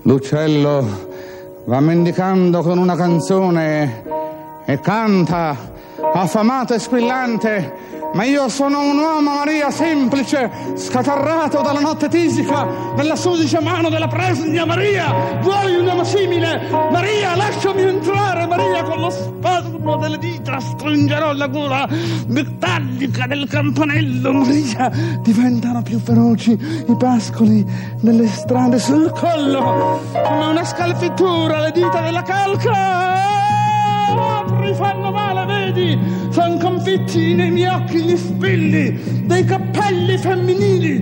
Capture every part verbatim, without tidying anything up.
L'uccello va mendicando con una canzone e canta, affamato e squillante, ma io sono un uomo, Maria, semplice, scatarrato dalla notte tisica, nella sudicia mano della presnia. Maria, vuoi un uomo simile? Maria, lasciami entrare. Maria, con lo spasmo delle dita stringerò la gola metallica del campanello. Maria, diventano più feroci i pascoli nelle strade sul collo, come una scalfittura le dita della calca. Mi fanno male, vedi? Son confitti nei miei occhi gli spilli dei cappelli femminili.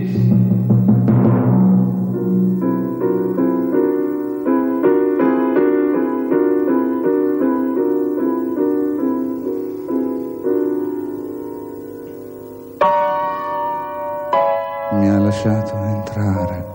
Mi ha lasciato entrare.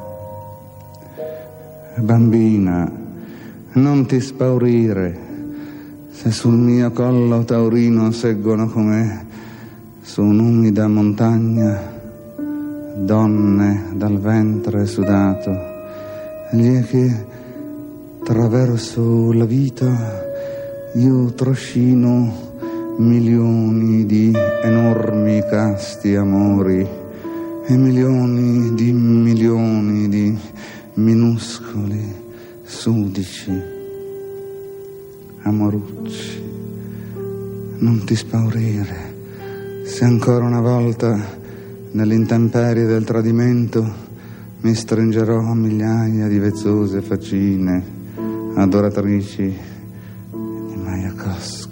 Bambina, non ti spaurire. Se sul mio collo taurino seggono come su un'umida montagna donne dal ventre sudato, gli è che attraverso la vita io trascino milioni di enormi casti amori e milioni di milioni di minuscoli sudici amorucci. Non ti spaurire, se ancora una volta nell'intemperie del tradimento mi stringerò a migliaia di vezzose faccine adoratrici di Majakovskij.